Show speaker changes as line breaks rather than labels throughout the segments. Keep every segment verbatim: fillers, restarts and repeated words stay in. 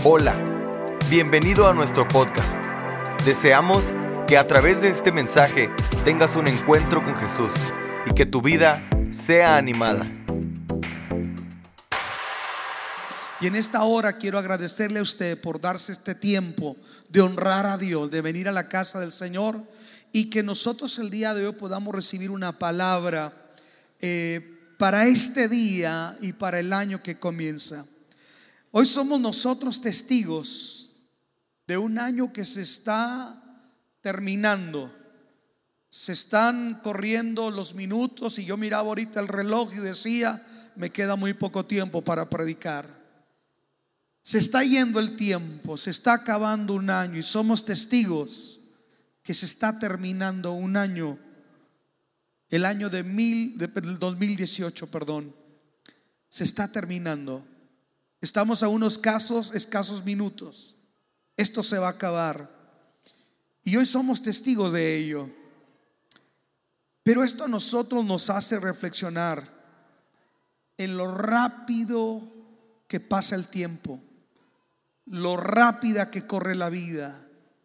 Hola, bienvenido a nuestro podcast. Deseamos que a través de este mensaje tengas un encuentro con Jesús y que tu vida sea animada.
Y en esta hora quiero agradecerle a usted por darse este tiempo de honrar a Dios, de venir a la casa del Señor, y que nosotros el día de hoy podamos recibir una palabra eh, para este día y para el año que comienza. Hoy somos nosotros testigos de un año que se está terminando. Se están corriendo los minutos y yo miraba ahorita el reloj y decía, me queda muy poco tiempo para predicar. Se está yendo el tiempo, se está acabando un año y somos testigos que se está terminando un año, el año de mil, de, del dos mil dieciocho, perdón, se está terminando. Estamos a unos escasos, escasos minutos. Esto se va a acabar y hoy somos testigos de ello. Pero esto a nosotros nos hace reflexionar en lo rápido que pasa el tiempo, lo rápida que corre la vida.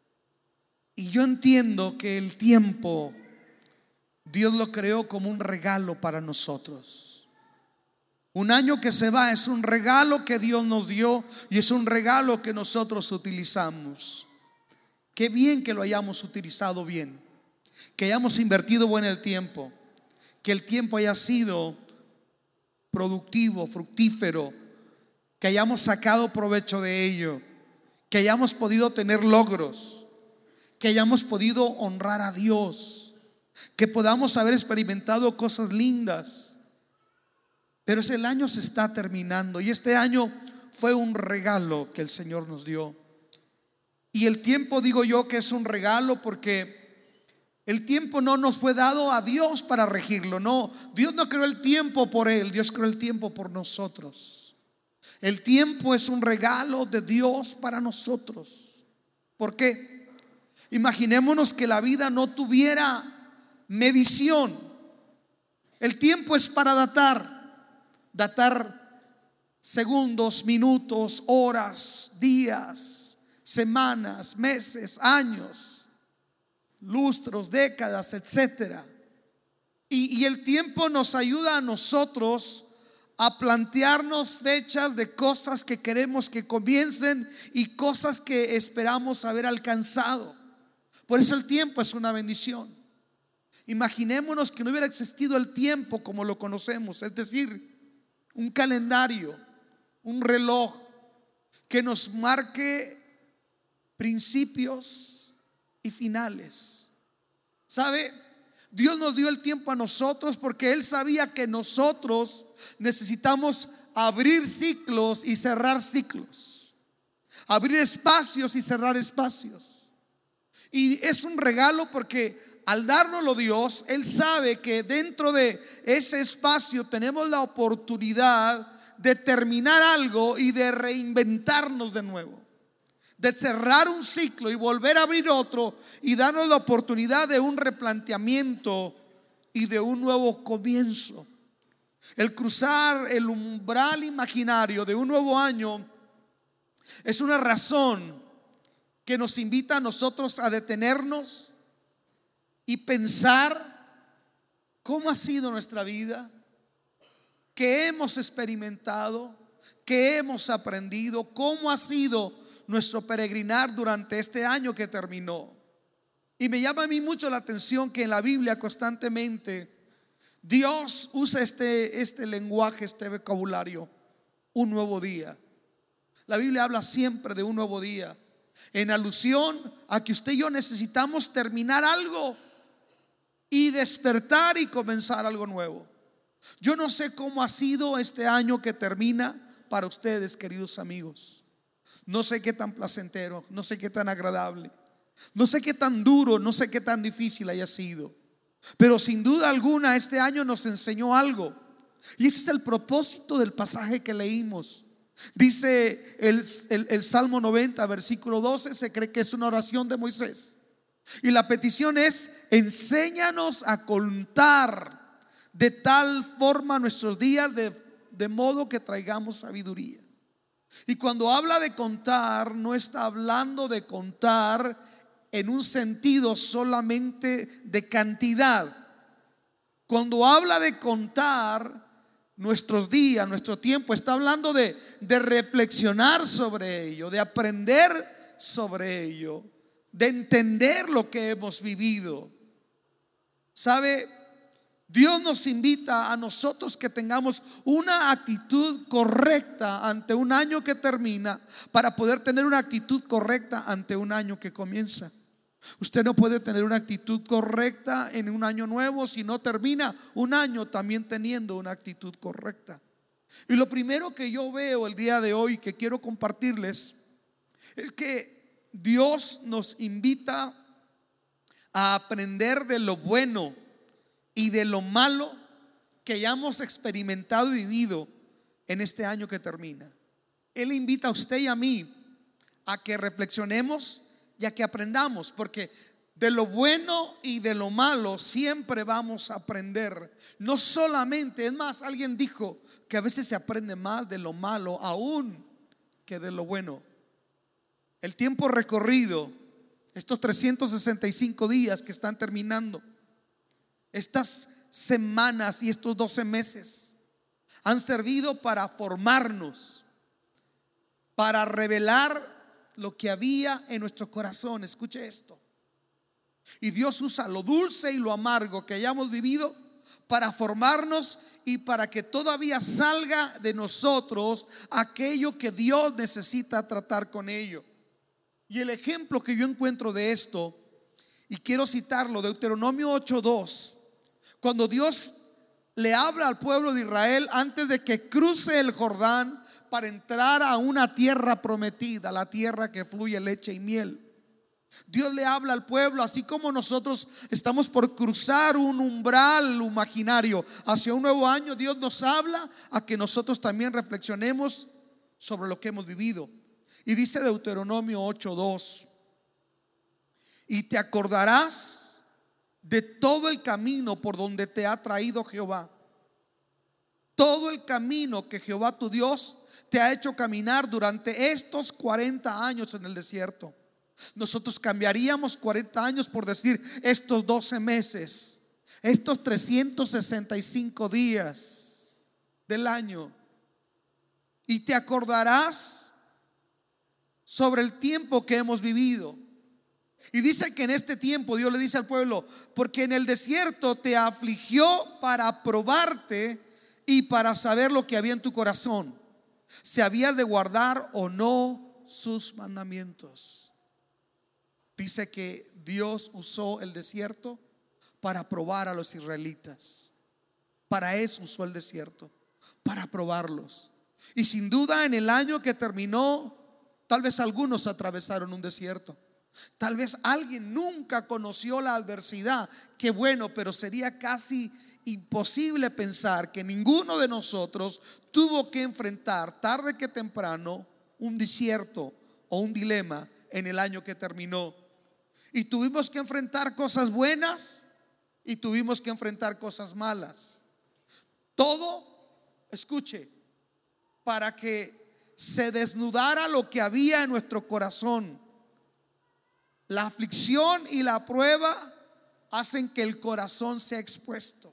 Y yo entiendo que el tiempo Dios lo creó como un regalo para nosotros. Un año que se va es un regalo que Dios nos dio y es un regalo que nosotros utilizamos. Qué bien que lo hayamos utilizado bien, que hayamos invertido bien el tiempo, que el tiempo haya sido productivo, fructífero, que hayamos sacado provecho de ello, que hayamos podido tener logros, que hayamos podido honrar a Dios, que podamos haber experimentado cosas lindas. Pero ese año se está terminando y este año fue un regalo que el Señor nos dio. Y el tiempo, digo yo, que es un regalo porque el tiempo no nos fue dado a Dios para regirlo. No, Dios no creó el tiempo por Él, Dios creó el tiempo por nosotros. El tiempo es un regalo de Dios para nosotros. ¿Por qué? Imaginémonos que la vida no tuviera medición. El tiempo es para datar. Datar segundos, minutos, horas, días, semanas, meses, años, lustros, décadas, etcétera. Y, y el tiempo nos ayuda a nosotros a plantearnos fechas de cosas que queremos que comiencen y cosas que esperamos haber alcanzado. Por eso el tiempo es una bendición. Imaginémonos que no hubiera existido el tiempo como lo conocemos, es decir, un calendario, un reloj que nos marque principios y finales. ¿Sabe? Dios nos dio el tiempo a nosotros porque Él sabía que nosotros necesitamos abrir ciclos y cerrar ciclos, abrir espacios y cerrar espacios. Y es un regalo porque al dárnoslo Dios, Él sabe que dentro de ese espacio tenemos la oportunidad de terminar algo y de reinventarnos de nuevo, de cerrar un ciclo y volver a abrir otro y darnos la oportunidad de un replanteamiento y de un nuevo comienzo. El cruzar el umbral imaginario de un nuevo año es una razón que nos invita a nosotros a detenernos y pensar cómo ha sido nuestra vida, qué hemos experimentado, qué hemos aprendido, cómo ha sido nuestro peregrinar durante este año que terminó. Y me llama a mí mucho la atención que en la Biblia constantemente Dios usa este, este lenguaje, este vocabulario, un nuevo día. La Biblia habla siempre de un nuevo día, en alusión a que usted y yo necesitamos terminar algo y despertar y comenzar algo nuevo. Yo no sé cómo ha sido este año que termina para ustedes, queridos amigos. No sé qué tan placentero, no sé qué tan agradable, no sé qué tan duro, no sé qué tan difícil haya sido. Pero sin duda alguna este año nos enseñó algo. Y ese es el propósito del pasaje que leímos. Dice el, el, el Salmo noventa, versículo doce, se cree que es una oración de Moisés. Y la petición es: enséñanos a contar de tal forma nuestros días de, de modo que traigamos sabiduría. Y cuando habla de contar, no está hablando de contar en un sentido solamente de cantidad. Cuando habla de contar nuestros días, nuestro tiempo, está hablando de, de reflexionar sobre ello, de aprender sobre ello, de entender lo que hemos vivido. ¿Sabe? Dios nos invita a nosotros que tengamos una actitud correcta ante un año que termina, para poder tener una actitud correcta ante un año que comienza. Usted no puede tener una actitud correcta en un año nuevo si no termina un año también teniendo una actitud correcta. Y lo primero que yo veo el día de hoy que quiero compartirles es que Dios nos invita a aprender de lo bueno y de lo malo que hayamos experimentado y vivido en este año que termina. Él invita a usted y a mí a que reflexionemos y a que aprendamos, porque de lo bueno y de lo malo siempre vamos a aprender. No solamente, es más, alguien dijo que a veces se aprende más de lo malo aún que de lo bueno. El tiempo recorrido, estos trescientos sesenta y cinco días que están terminando, estas semanas y estos doce meses han servido para formarnos, para revelar lo que había en nuestro corazón. Escuche esto. Y Dios usa lo dulce y lo amargo que hayamos vivido para formarnos y para que todavía salga de nosotros aquello que Dios necesita tratar con ello. Y el ejemplo que yo encuentro de esto, y quiero citarlo, Deuteronomio ocho dos, cuando Dios le habla al pueblo de Israel antes de que cruce el Jordán para entrar a una tierra prometida, la tierra que fluye leche y miel. Dios le habla al pueblo, así como nosotros estamos por cruzar un umbral imaginario hacia un nuevo año. Dios nos habla a que nosotros también reflexionemos sobre lo que hemos vivido. Y dice Deuteronomio ocho dos: y te acordarás de todo el camino por donde te ha traído Jehová, todo el camino que Jehová tu Dios te ha hecho caminar durante estos cuarenta años en el desierto. Nosotros cambiaríamos cuarenta años por decir estos doce meses, estos trescientos sesenta y cinco días del año. Y te acordarás sobre el tiempo que hemos vivido. Y dice que en este tiempo Dios le dice al pueblo: porque en el desierto te afligió para probarte y para saber lo que había en tu corazón, si habías de guardar o no sus mandamientos. Dice que Dios usó el desierto para probar a los israelitas. Para eso usó el desierto, para probarlos. Y sin duda en el año que terminó, tal vez algunos atravesaron un desierto. Tal vez alguien nunca conoció la adversidad. Qué bueno, pero sería casi imposible pensar que ninguno de nosotros tuvo que enfrentar tarde que temprano un desierto o un dilema en el año que terminó. Y tuvimos que enfrentar cosas buenas y tuvimos que enfrentar cosas malas. Todo, escuche, para que se desnudara lo que había en nuestro corazón. La aflicción y la prueba hacen que el corazón sea expuesto.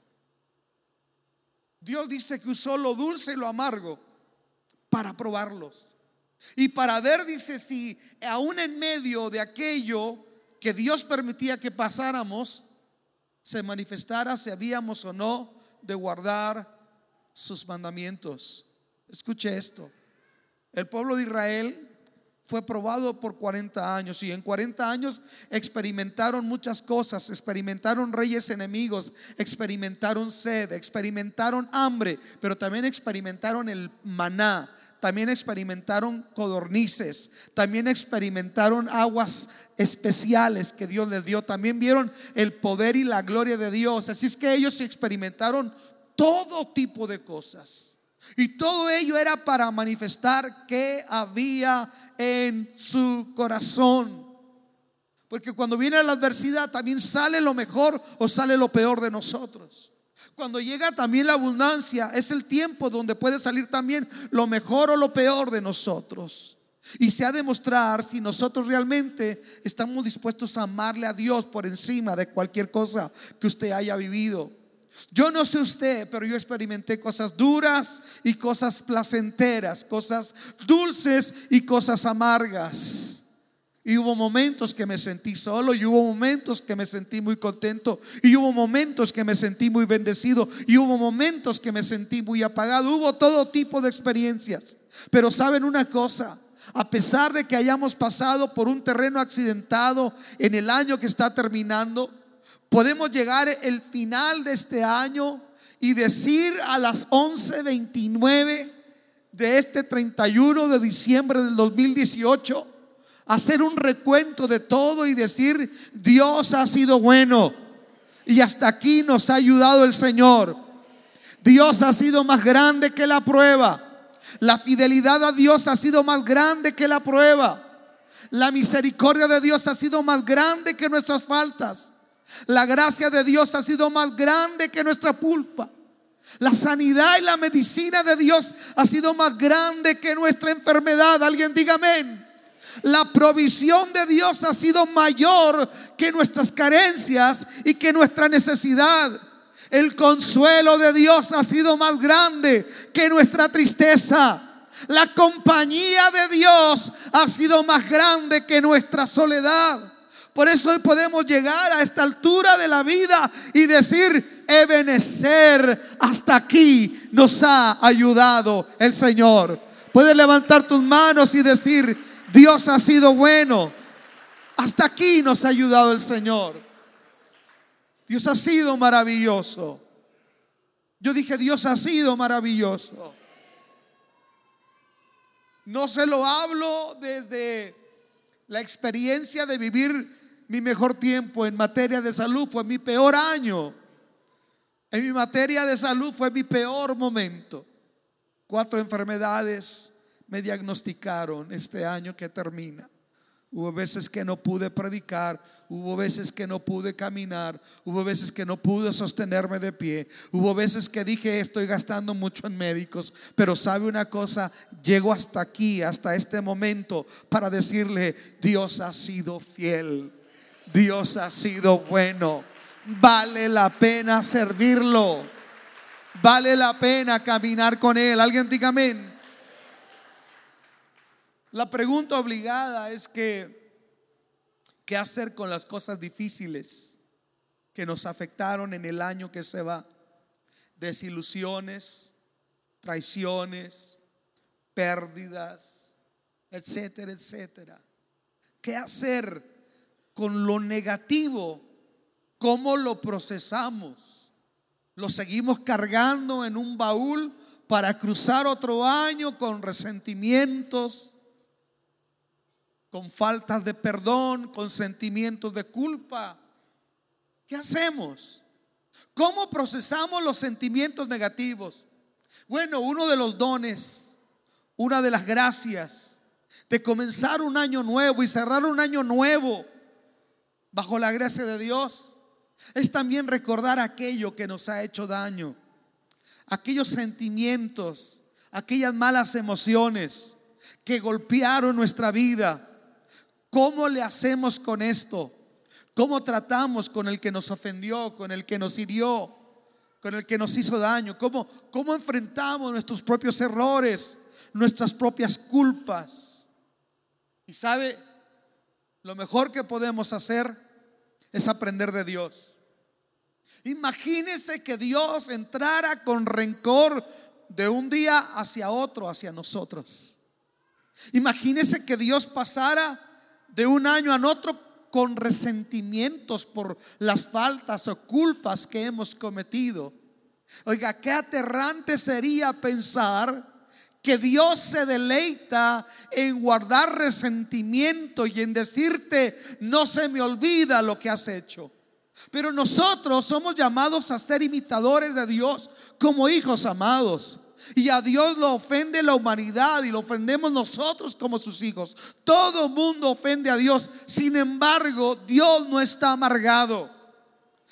Dios dice que usó lo dulce y lo amargo para probarlos. Y para ver, dice, si aún en medio de aquello que Dios permitía que pasáramos, se manifestara si habíamos o no de guardar sus mandamientos. Escuche esto. El pueblo de Israel fue probado por cuarenta años, y en cuarenta años experimentaron muchas cosas. Experimentaron reyes enemigos, experimentaron sed, experimentaron hambre, pero también experimentaron el maná, también experimentaron codornices, también experimentaron aguas especiales que Dios les dio, también vieron el poder y la gloria de Dios. Así es que ellos experimentaron todo tipo de cosas, y todo ello era para manifestar que había en su corazón. Porque cuando viene la adversidad también sale lo mejor o sale lo peor de nosotros. Cuando llega también la abundancia, es el tiempo donde puede salir también lo mejor o lo peor de nosotros. Y se ha de mostrar si nosotros realmente estamos dispuestos a amarle a Dios por encima de cualquier cosa que usted haya vivido. Yo no sé usted, pero yo experimenté cosas duras y cosas placenteras, cosas dulces y cosas amargas. Y hubo momentos que me sentí solo, y hubo momentos que me sentí muy contento, y hubo momentos que me sentí muy bendecido, y hubo momentos que me sentí muy apagado. Hubo todo tipo de experiencias. Pero ¿saben una cosa? A pesar de que hayamos pasado por un terreno accidentado en el año que está terminando, podemos llegar el final de este año y decir a las once veintinueve de este treinta y uno de diciembre del dos mil dieciocho, hacer un recuento de todo y decir: Dios ha sido bueno y hasta aquí nos ha ayudado el Señor. Dios ha sido más grande que la prueba. La fidelidad a Dios ha sido más grande que la prueba. La misericordia de Dios ha sido más grande que nuestras faltas. La gracia de Dios ha sido más grande que nuestra culpa. La sanidad y la medicina de Dios ha sido más grande que nuestra enfermedad. Alguien diga amén. La provisión de Dios ha sido mayor que nuestras carencias y que nuestra necesidad. El consuelo de Dios ha sido más grande que nuestra tristeza. La compañía de Dios ha sido más grande que nuestra soledad. Por eso hoy podemos llegar a esta altura de la vida y decir: Ebenezer, hasta aquí nos ha ayudado el Señor. Puedes levantar tus manos y decir: Dios ha sido bueno. Hasta aquí nos ha ayudado el Señor. Dios ha sido maravilloso. Yo dije: Dios ha sido maravilloso. No se lo hablo desde la experiencia de vivir mi mejor tiempo en materia de salud. Fue mi peor año. En mi materia de salud fue mi peor momento. Cuatro enfermedades me diagnosticaron este año que termina. Hubo veces que no pude predicar, hubo veces que no pude caminar, hubo veces que no pude sostenerme de pie, hubo veces que dije: estoy gastando mucho en médicos. Pero sabe una cosa, llego hasta aquí, hasta este momento, para decirle: Dios ha sido fiel, Dios ha sido bueno. Vale la pena servirlo, vale la pena caminar con Él. Alguien diga amén. La pregunta obligada es que ¿qué hacer con las cosas difíciles que nos afectaron en el año que se va? Desilusiones, traiciones, pérdidas, etcétera, etcétera. ¿Qué hacer con lo negativo? ¿Cómo lo procesamos? ¿Lo seguimos cargando en un baúl para cruzar otro año con resentimientos, con faltas de perdón, con sentimientos de culpa? ¿Qué hacemos? ¿Cómo procesamos los sentimientos negativos? Bueno, uno de los dones, una de las gracias de comenzar un año nuevo y cerrar un año nuevo bajo la gracia de Dios, es también recordar aquello que nos ha hecho daño, aquellos sentimientos, aquellas malas emociones que golpearon nuestra vida. ¿Cómo le hacemos con esto? ¿Cómo tratamos con el que nos ofendió, con el que nos hirió, con el que nos hizo daño? ¿Cómo, cómo enfrentamos nuestros propios errores, nuestras propias culpas? Y sabe, lo mejor que podemos hacer es aprender de Dios. Imagínese que Dios entrara con rencor de un día hacia otro, hacia nosotros. Imagínese que Dios pasara de un año a otro con resentimientos por las faltas o culpas que hemos cometido. Oiga, qué aterrante sería pensar que Dios se deleita en guardar resentimiento y en decirte: no se me olvida lo que has hecho. Pero nosotros somos llamados a ser imitadores de Dios como hijos amados. Y a Dios lo ofende la humanidad y lo ofendemos nosotros como sus hijos. Todo mundo ofende a Dios. Sin embargo, Dios no está amargado.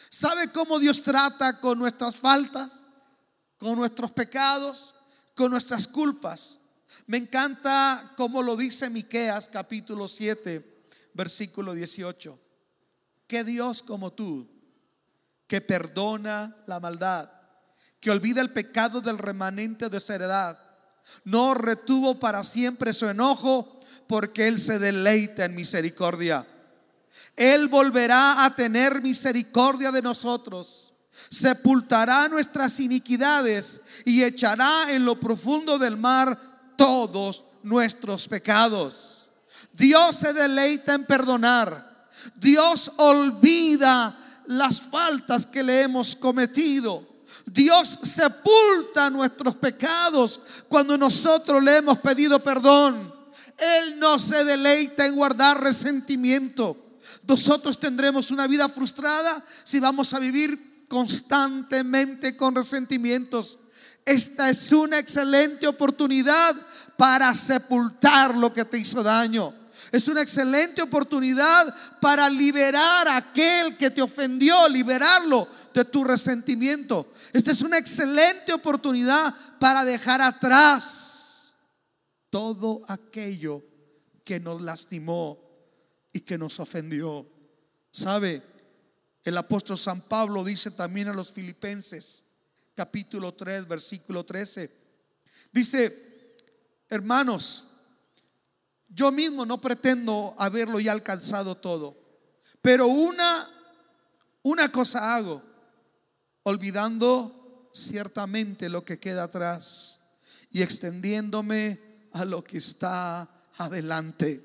¿Sabe cómo Dios trata con nuestras faltas, con nuestros pecados, con nuestras culpas? Me encanta cómo lo dice Miqueas capítulo siete, versículo dieciocho. ¿Qué Dios como tú, que perdona la maldad, que olvida el pecado del remanente de su heredad, no retuvo para siempre su enojo, porque Él se deleita en misericordia? Él volverá a tener misericordia de nosotros, sepultará nuestras iniquidades y echará en lo profundo del mar todos nuestros pecados. Dios se deleita en perdonar. Dios olvida las faltas que le hemos cometido. Dios sepulta nuestros pecados cuando nosotros le hemos pedido perdón. Él no se deleita en guardar resentimiento. Nosotros tendremos una vida frustrada si vamos a vivir constantemente con resentimientos. Esta es una excelente oportunidad para sepultar lo que te hizo daño. Es una excelente oportunidad para liberar a aquel que te ofendió, liberarlo de tu resentimiento. Esta es una excelente oportunidad para dejar atrás todo aquello que nos lastimó y que nos ofendió. ¿Sabe? El apóstol San Pablo dice también a los Filipenses capítulo tres, versículo trece. Dice: hermanos, yo mismo no pretendo haberlo ya alcanzado todo, pero una, una cosa hago, olvidando ciertamente lo que queda atrás y extendiéndome a lo que está adelante.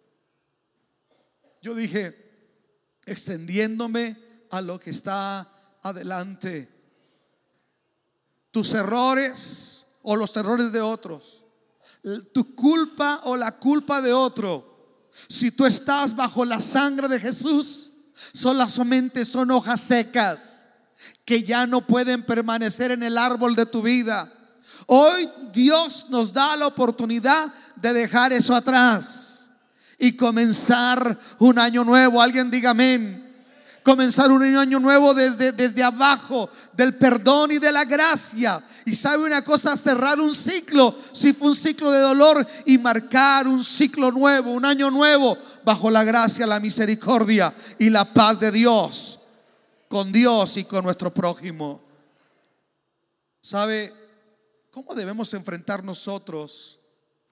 Yo dije, extendiéndome a lo que está adelante. Tus errores o los errores de otros, tu culpa o la culpa de otro, si tú estás bajo la sangre de Jesús, solamente son hojas secas que ya no pueden permanecer en el árbol de tu vida. Hoy Dios nos da la oportunidad de dejar eso atrás y comenzar un año nuevo. Alguien diga amén. Comenzar un año nuevo desde, desde abajo, del perdón y de la gracia. Y sabe una cosa, cerrar un ciclo, si fue un ciclo de dolor, y marcar un ciclo nuevo, un año nuevo, bajo la gracia, la misericordia y la paz de Dios, con Dios y con nuestro prójimo. ¿Sabe cómo debemos enfrentar nosotros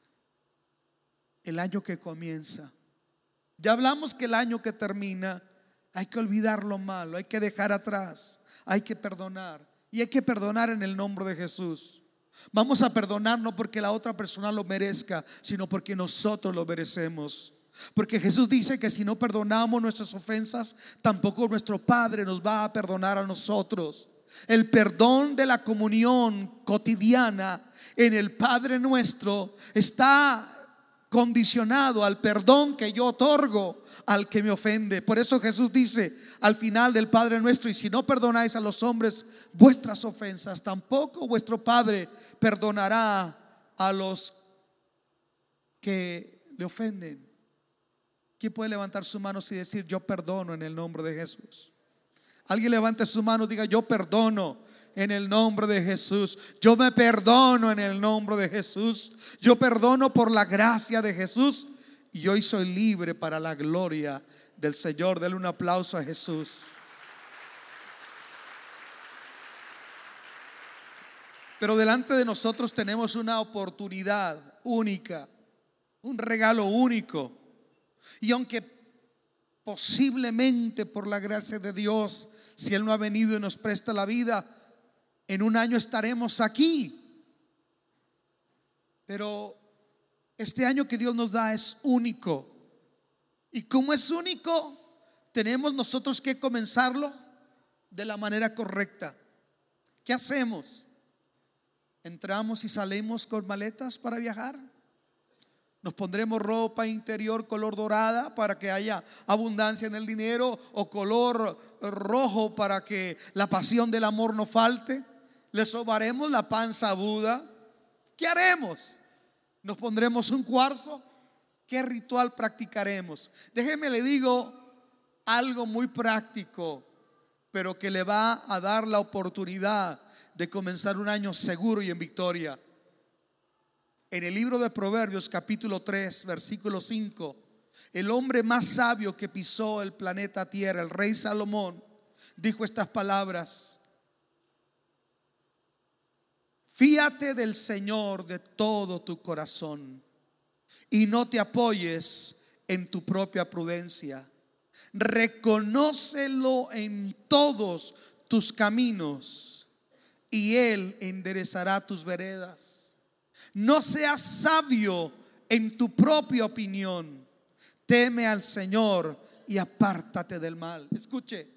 el año que comienza? Ya hablamos que el año que termina hay que olvidar lo malo, hay que dejar atrás, hay que perdonar. Y hay que perdonar en el nombre de Jesús. Vamos a perdonar no porque la otra persona lo merezca, sino porque nosotros lo merecemos. Porque Jesús dice que si no perdonamos nuestras ofensas, tampoco nuestro Padre nos va a perdonar a nosotros. El perdón de la comunión cotidiana en el Padre nuestro está condicionado al perdón que yo otorgo al que me ofende. Por eso Jesús dice al final del Padre nuestro: y si no perdonáis a los hombres vuestras ofensas, tampoco vuestro Padre perdonará a los que le ofenden. ¿Quién puede levantar su mano y decir: yo perdono en el nombre de Jesús? Alguien levante su mano y diga: yo perdono en el nombre de Jesús. Yo me perdono en el nombre de Jesús. Yo perdono por la gracia de Jesús. Y hoy soy libre para la gloria del Señor. Dele un aplauso a Jesús. Pero delante de nosotros tenemos una oportunidad única, un regalo único. Y aunque posiblemente por la gracia de Dios, si Él no ha venido y nos presta la vida, en un año estaremos aquí. Pero este año que Dios nos da es único. Y como es único, tenemos nosotros que comenzarlo de la manera correcta. ¿Qué hacemos? ¿Entramos y salimos con maletas para viajar? ¿Nos pondremos ropa interior color dorada para que haya abundancia en el dinero, o color rojo para que la pasión del amor no falte? ¿Le sobaremos la panza a Buda? ¿Qué haremos? ¿Nos pondremos un cuarzo? ¿Qué ritual practicaremos? Déjeme le digo algo muy práctico. pero que le va a dar la oportunidad de comenzar un año seguro y en victoria. En el libro de Proverbios capítulo tres versículo cinco, el hombre más sabio que pisó el planeta Tierra, el rey Salomón, dijo estas palabras: fíate del Señor de todo tu corazón y no te apoyes en tu propia prudencia. Reconócelo en todos tus caminos y Él enderezará tus veredas. No seas sabio en tu propia opinión. Teme al Señor y apártate del mal. Escuche,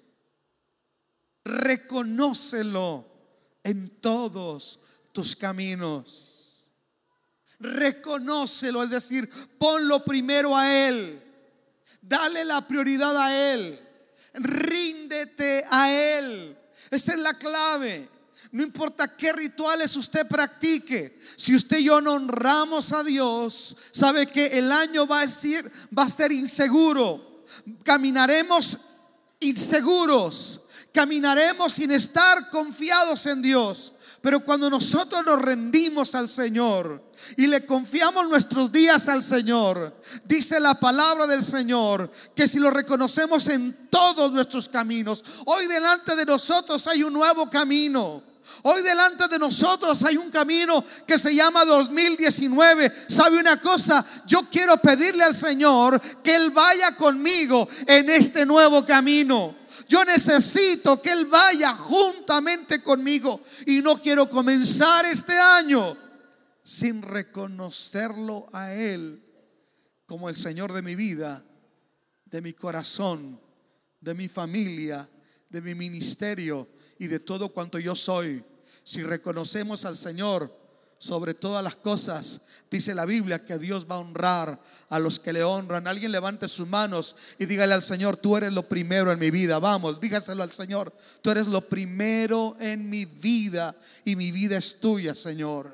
reconócelo en todos tus caminos. Reconócelo, es decir, ponlo primero a Él. Dale la prioridad a Él. Ríndete a Él. Esa es la clave. No importa qué rituales usted practique, si usted y yo no honramos a Dios, sabe que el año va a ser, va a ser inseguro. Caminaremos inseguros, caminaremos sin estar confiados en Dios. Pero cuando nosotros nos rendimos al Señor y le confiamos nuestros días al Señor, dice la palabra del Señor que si lo reconocemos en todos nuestros caminos, hoy delante de nosotros hay un nuevo camino. Hoy delante de nosotros hay un camino que se llama dos mil diecinueve. ¿Sabe una cosa? Yo quiero pedirle al Señor que Él vaya conmigo en este nuevo camino. Yo necesito que Él vaya juntamente conmigo. Y no quiero comenzar este año sin reconocerlo a Él como el Señor de mi vida, de mi corazón, de mi familia, de mi ministerio y de todo cuanto yo soy. Si reconocemos al Señor sobre todas las cosas, dice la Biblia que Dios va a honrar a los que le honran. Alguien levante sus manos y dígale al Señor: tú eres lo primero en mi vida. Vamos, dígaselo al Señor: tú eres lo primero en mi vida y mi vida es tuya, Señor.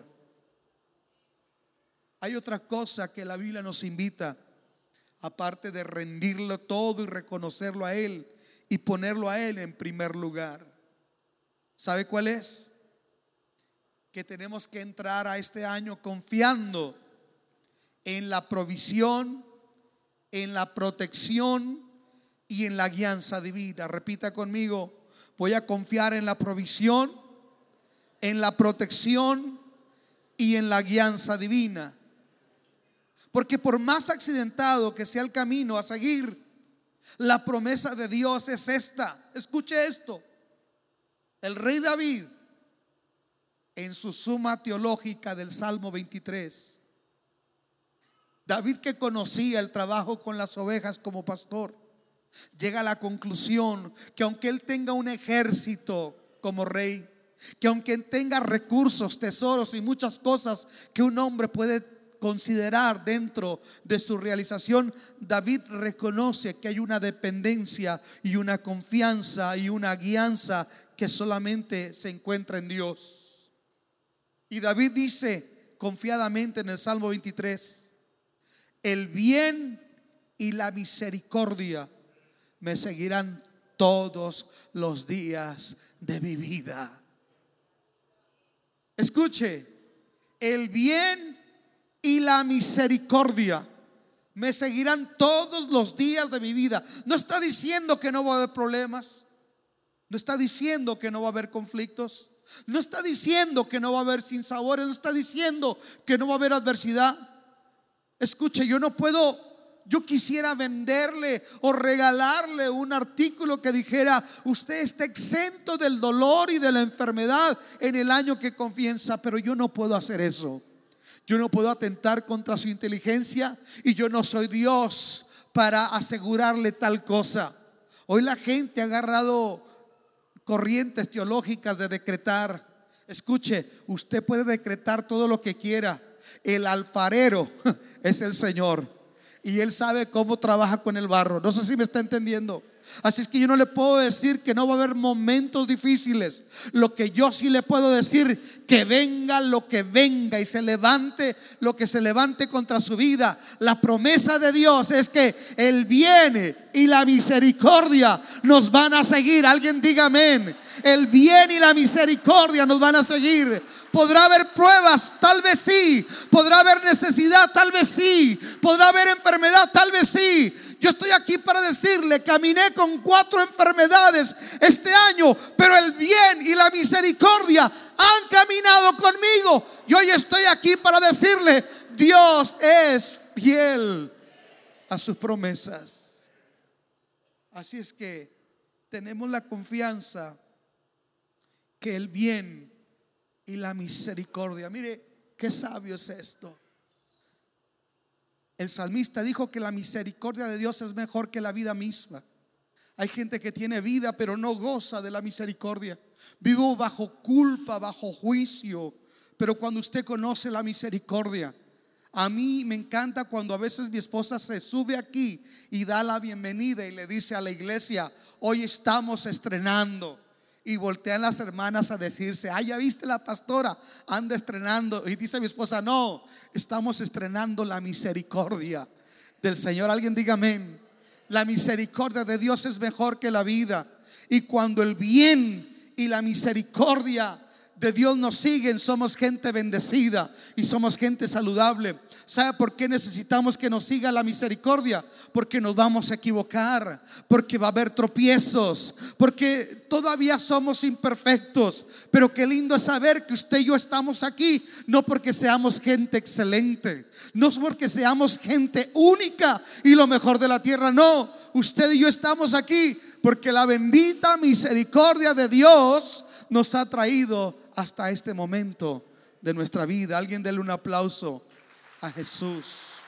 Hay otra cosa que la Biblia nos invita, aparte de rendirlo todo y reconocerlo a Él y ponerlo a Él en primer lugar. ¿Sabe cuál es? Que tenemos que entrar a este año confiando en la provisión, en la protección y en la guianza divina. Repita conmigo: voy a confiar en la provisión, en la protección y en la guianza divina. Porque por más accidentado que sea el camino a seguir, la promesa de Dios es esta. Escuche esto. El rey David, en su suma teológica del Salmo veintitrés, David, que conocía el trabajo con las ovejas como pastor, llega a la conclusión que aunque él tenga un ejército como rey, que aunque tenga recursos, tesoros y muchas cosas que un hombre puede considerar dentro de su realización, David reconoce que hay una dependencia y una confianza y una guianza que solamente se encuentra en Dios. Y David dice confiadamente en el Salmo veintitrés: el bien y la misericordia me seguirán todos los días de mi vida. Escuche, el bien y la misericordia me seguirán todos los días de mi vida. No está diciendo que no va a haber problemas, no está diciendo que no va a haber conflictos, no está diciendo que no va a haber sinsabores, no está diciendo que no va a haber adversidad. Escuche, yo no puedo, yo quisiera venderle o regalarle un artículo que dijera: usted está exento del dolor y de la enfermedad en el año que comienza, pero yo no puedo hacer eso. Yo no puedo atentar contra su inteligencia y yo no soy Dios para asegurarle tal cosa. Hoy la gente ha agarrado corrientes teológicas de decretar. Escuche, usted puede decretar todo lo que quiera. El alfarero es el Señor y Él sabe cómo trabaja con el barro. No sé si me está entendiendo. Así es que yo no le puedo decir que no va a haber momentos difíciles. Lo que yo sí le puedo decir, que venga lo que venga y se levante lo que se levante contra su vida. La promesa de Dios es que el bien y la misericordia nos van a seguir. Alguien diga amén. El bien y la misericordia nos van a seguir. Podrá haber pruebas, tal vez sí. Podrá haber necesidad, tal vez sí. Podrá haber enfermedad, tal vez sí. Yo estoy aquí para decirle, caminé con cuatro enfermedades este año, pero el bien y la misericordia han caminado conmigo. Y hoy estoy aquí para decirle, Dios es fiel a sus promesas. Así es que tenemos la confianza que el bien y la misericordia, mire qué sabio es esto. El salmista dijo que la misericordia de Dios es mejor que la vida misma. Hay gente que tiene vida pero no goza de la misericordia. Vivo bajo culpa, bajo juicio. Pero cuando usted conoce la misericordia, a mí me encanta cuando a veces mi esposa se sube aquí y da la bienvenida y le dice a la iglesia, hoy estamos estrenando. Y voltean las hermanas a decirse, ah, ya viste, la pastora anda estrenando. Y dice mi esposa, no, estamos estrenando la misericordia del Señor. Alguien diga amén. La misericordia de Dios es mejor que la vida. Y cuando el bien y la misericordia de Dios nos siguen, somos gente bendecida y somos gente saludable. ¿Sabe por qué necesitamos que nos siga la misericordia? Porque nos vamos a equivocar, porque va a haber tropiezos, porque todavía somos imperfectos. Pero qué lindo es saber que usted y yo estamos aquí, no porque seamos gente excelente, no es porque seamos gente única y lo mejor de la tierra. No, usted y yo estamos aquí porque la bendita misericordia de Dios nos ha traído hasta este momento de nuestra vida. Alguien dele un aplauso a Jesús.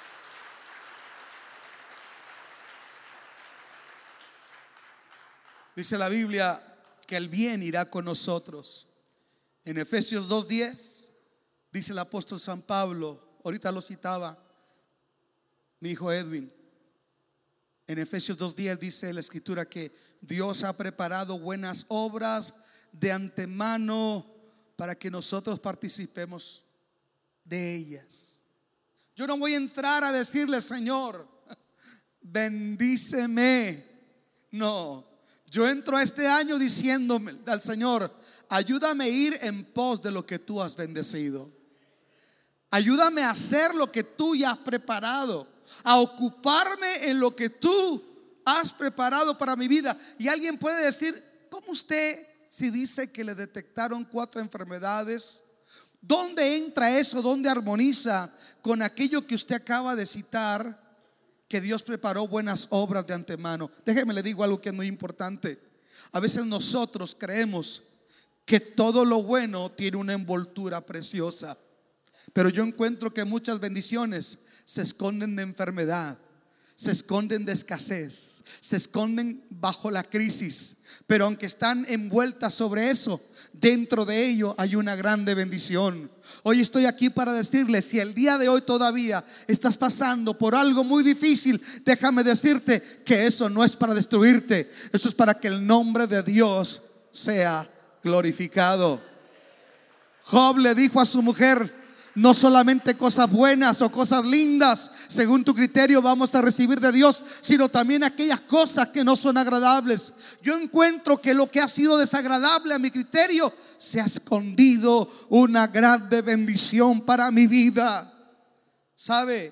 Dice la Biblia que el bien irá con nosotros. En Efesios dos diez dice el apóstol San Pablo, ahorita lo citaba mi hijo Edwin. En Efesios dos diez dice la escritura que Dios ha preparado buenas obras de antemano para que nosotros participemos de ellas. Yo no voy a entrar a decirle, Señor, bendíceme. No, yo entro a este año diciéndome al Señor, ayúdame a ir en pos de lo que tú has bendecido. Ayúdame a hacer lo que tú ya has preparado, a ocuparme en lo que tú has preparado para mi vida. Y alguien puede decir, ¿cómo usted, si dice que le detectaron cuatro enfermedades, dónde entra eso? ¿Dónde armoniza con aquello que usted acaba de citar, que Dios preparó buenas obras de antemano? Déjeme le digo algo que es muy importante. A veces nosotros creemos que todo lo bueno tiene una envoltura preciosa, pero yo encuentro que muchas bendiciones se esconden de enfermedad, se esconden de escasez, se esconden bajo la crisis. Pero aunque están envueltas sobre eso, dentro de ello hay una grande bendición. Hoy estoy aquí para decirles, si el día de hoy todavía estás pasando por algo muy difícil, déjame decirte que eso no es para destruirte, eso es para que el nombre de Dios sea glorificado. Job le dijo a su mujer, no solamente cosas buenas o cosas lindas según tu criterio vamos a recibir de Dios, sino también aquellas cosas que no son agradables. Yo encuentro que lo que ha sido desagradable a mi criterio, se ha escondido una grande bendición para mi vida. ¿Sabe?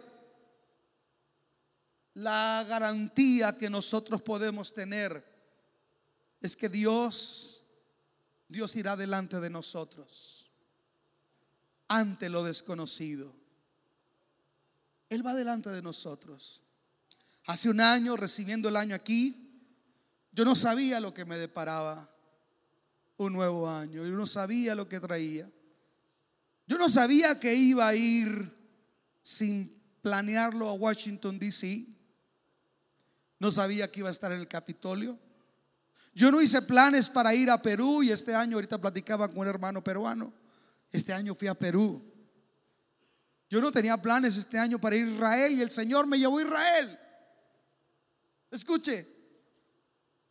La garantía que nosotros podemos tener es que Dios Dios irá delante de nosotros ante lo desconocido. Él va delante de nosotros. Hace un año, recibiendo el año aquí, yo no sabía lo que me deparaba un nuevo año. Yo no sabía lo que traía. Yo no sabía que iba a ir sin planearlo a Washington D C. No sabía que iba a estar en el Capitolio. Yo no hice planes para ir a Perú. Y este año, ahorita platicaba con un hermano peruano, este año fui a Perú. Yo no tenía planes este año para ir a Israel y el Señor me llevó a Israel. Escuche,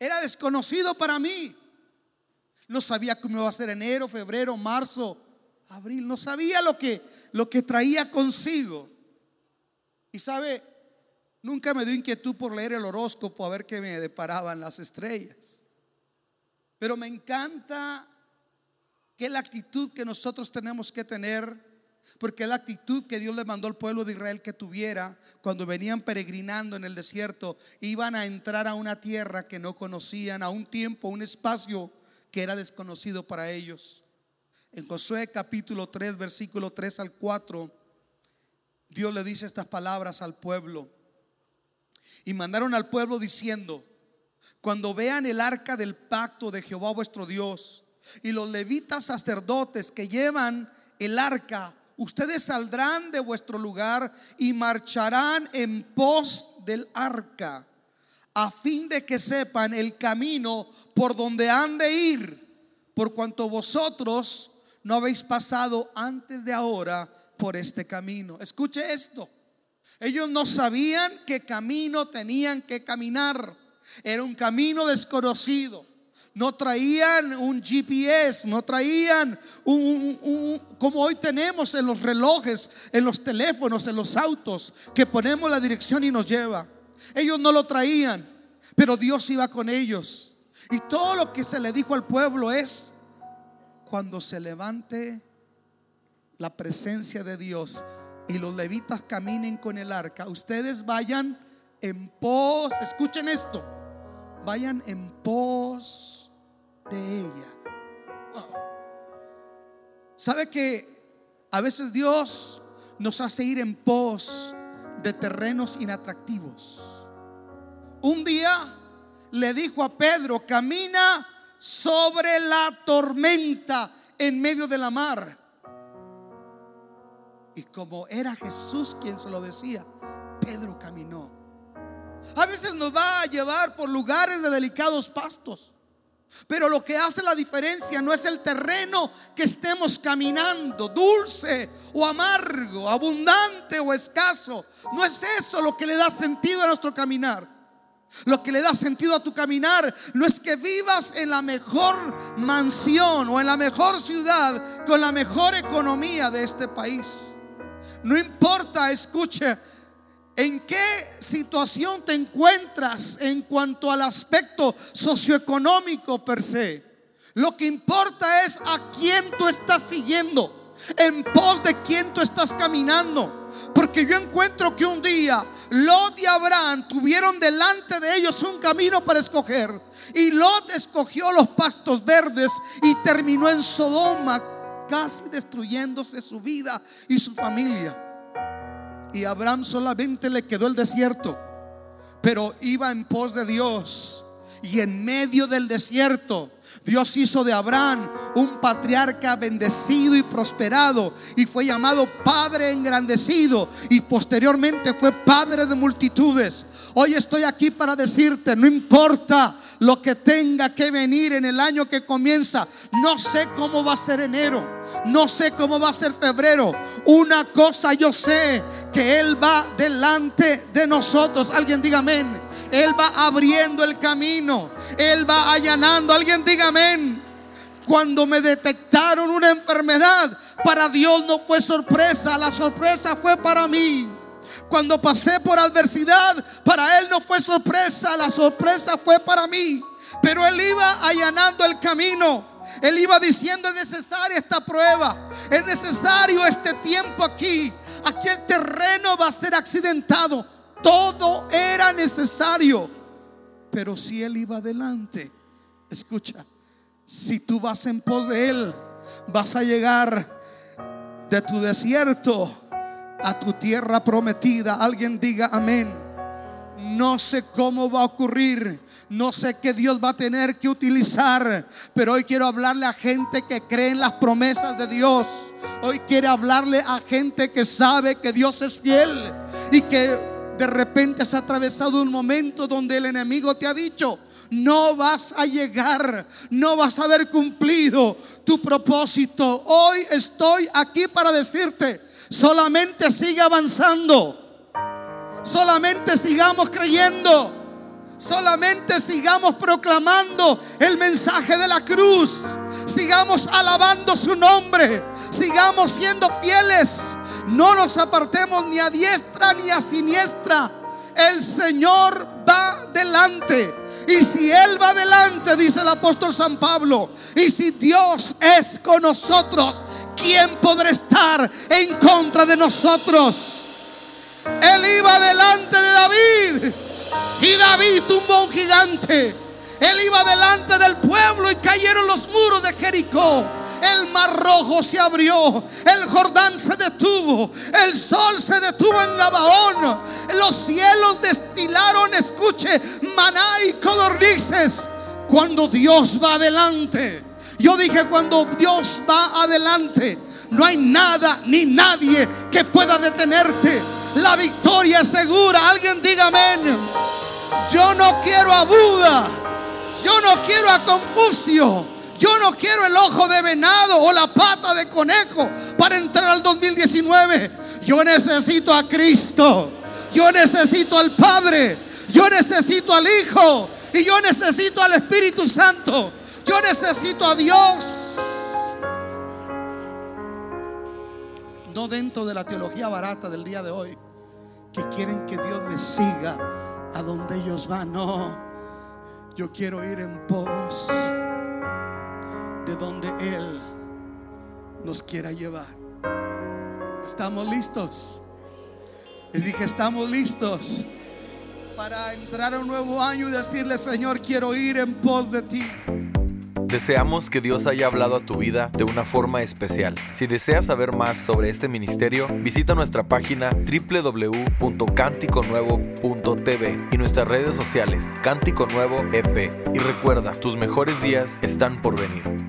era desconocido para mí. No sabía cómo iba a ser enero, febrero, marzo, abril. No sabía lo que, lo que traía consigo. Y sabe, nunca me dio inquietud por leer el horóscopo a ver qué me deparaban las estrellas. Pero me encanta que la actitud que nosotros tenemos que tener, porque es la actitud que Dios le mandó al pueblo de Israel que tuviera cuando venían peregrinando en el desierto. Iban a entrar a una tierra que no conocían, a un tiempo, un espacio que era desconocido para ellos. En Josué capítulo tres, versículo tres al cuatro, Dios le dice estas palabras al pueblo. Y mandaron al pueblo diciendo: cuando vean el arca del pacto de Jehová vuestro Dios y los levitas sacerdotes que llevan el arca, ustedes saldrán de vuestro lugar y marcharán en pos del arca, a fin de que sepan el camino por donde han de ir, por cuanto vosotros no habéis pasado antes de ahora por este camino. Escuche esto. Ellos no sabían qué camino tenían que caminar. Era un camino desconocido. No traían un G P S, no traían un, un, un, como hoy tenemos en los relojes, en los teléfonos, en los autos, que ponemos la dirección y nos lleva. Ellos no lo traían, pero Dios iba con ellos. Y todo lo que se le dijo al pueblo es: cuando se levante la presencia de Dios y los levitas caminen con el arca, ustedes vayan en pos, escuchen esto, vayan en pos de ella. Wow. ¿Sabe que a veces Dios nos hace ir en pos de terrenos inatractivos? Un día le dijo a Pedro: camina sobre la tormenta en medio de la mar. Y como era Jesús quien se lo decía, Pedro caminó. A veces nos va a llevar por lugares de delicados pastos, pero lo que hace la diferencia no es el terreno que estemos caminando, dulce o amargo, abundante o escaso. No es eso lo que le da sentido a nuestro caminar. Lo que le da sentido a tu caminar no es que vivas en la mejor mansión o en la mejor ciudad con la mejor economía de este país. No importa, escuche, en qué situación te encuentras en cuanto al aspecto socioeconómico per se. Lo que importa es a quién tú estás siguiendo, en pos de quién tú estás caminando. Porque yo encuentro que un día Lot y Abraham tuvieron delante de ellos un camino para escoger, y Lot escogió los pastos verdes y terminó en Sodoma, casi destruyéndose su vida y su familia. Y a Abraham solamente le quedó el desierto, pero iba en pos de Dios. Y en medio del desierto, Dios hizo de Abraham un patriarca bendecido y prosperado, y fue llamado padre engrandecido, y posteriormente fue padre de multitudes. Hoy estoy aquí para decirte: no importa lo que tenga que venir en el año que comienza. No sé cómo va a ser enero, no sé cómo va a ser febrero. Una cosa yo sé, que Él va delante de nosotros. Alguien diga amén. Él va abriendo el camino, Él va allanando. Alguien diga amén. Cuando me detectaron una enfermedad, para Dios no fue sorpresa, la sorpresa fue para mí. Cuando pasé por adversidad, para Él no fue sorpresa, la sorpresa fue para mí. Pero Él iba allanando el camino. Él iba diciendo: es necesaria esta prueba, es necesario este tiempo aquí. Aquí el terreno va a ser accidentado. Todo era necesario. Pero si Él iba adelante, escucha, si tú vas en pos de Él, vas a llegar de tu desierto a tu tierra prometida. Alguien diga amén. No sé cómo va a ocurrir, no sé qué Dios va a tener que utilizar, pero hoy quiero hablarle a gente que cree en las promesas de Dios. Hoy quiero hablarle a gente que sabe que Dios es fiel, y que de repente has atravesado un momento donde el enemigo te ha dicho: no vas a llegar, no vas a haber cumplido tu propósito. Hoy estoy aquí para decirte: solamente sigue avanzando, solamente sigamos creyendo, Solamente sigamos proclamando el mensaje de la cruz. Sigamos alabando su nombre. Sigamos siendo fieles. No nos apartemos ni a diestra ni a siniestra. El Señor va delante. Y si Él va delante, dice el apóstol San Pablo, y si Dios es con nosotros, ¿quién podrá estar en contra de nosotros? Él iba delante de David, y David tumbó un gigante. Él iba delante del pueblo y cayeron los muros de Jericó. El mar rojo se abrió, el Jordán se detuvo, el sol se detuvo en Gabaón, los cielos destilaron, escuche, maná y codornices. Cuando Dios va adelante, yo dije, cuando Dios va adelante, no hay nada ni nadie que pueda detenerte. La victoria es segura. Alguien diga amén. Yo no quiero a Buda, yo no quiero a Confucio, yo no quiero el ojo de venado o la pata de conejo para entrar al dos mil diecinueve. Yo necesito a Cristo, yo necesito al Padre, yo necesito al Hijo y yo necesito al Espíritu Santo. Yo necesito a Dios. No dentro de la teología barata del día de hoy, que quieren que Dios les siga a donde ellos van. No, yo quiero ir en pos de donde Él nos quiera llevar. ¿Estamos listos? Les dije, estamos listos para entrar a un nuevo año y decirle: Señor, quiero ir en pos de ti.
Deseamos que Dios haya hablado a tu vida de una forma especial. Si deseas saber más sobre este ministerio, visita nuestra página doble u doble u doble u punto cántico nuevo punto t v y nuestras redes sociales Cántico Nuevo E P. Y recuerda, tus mejores días están por venir.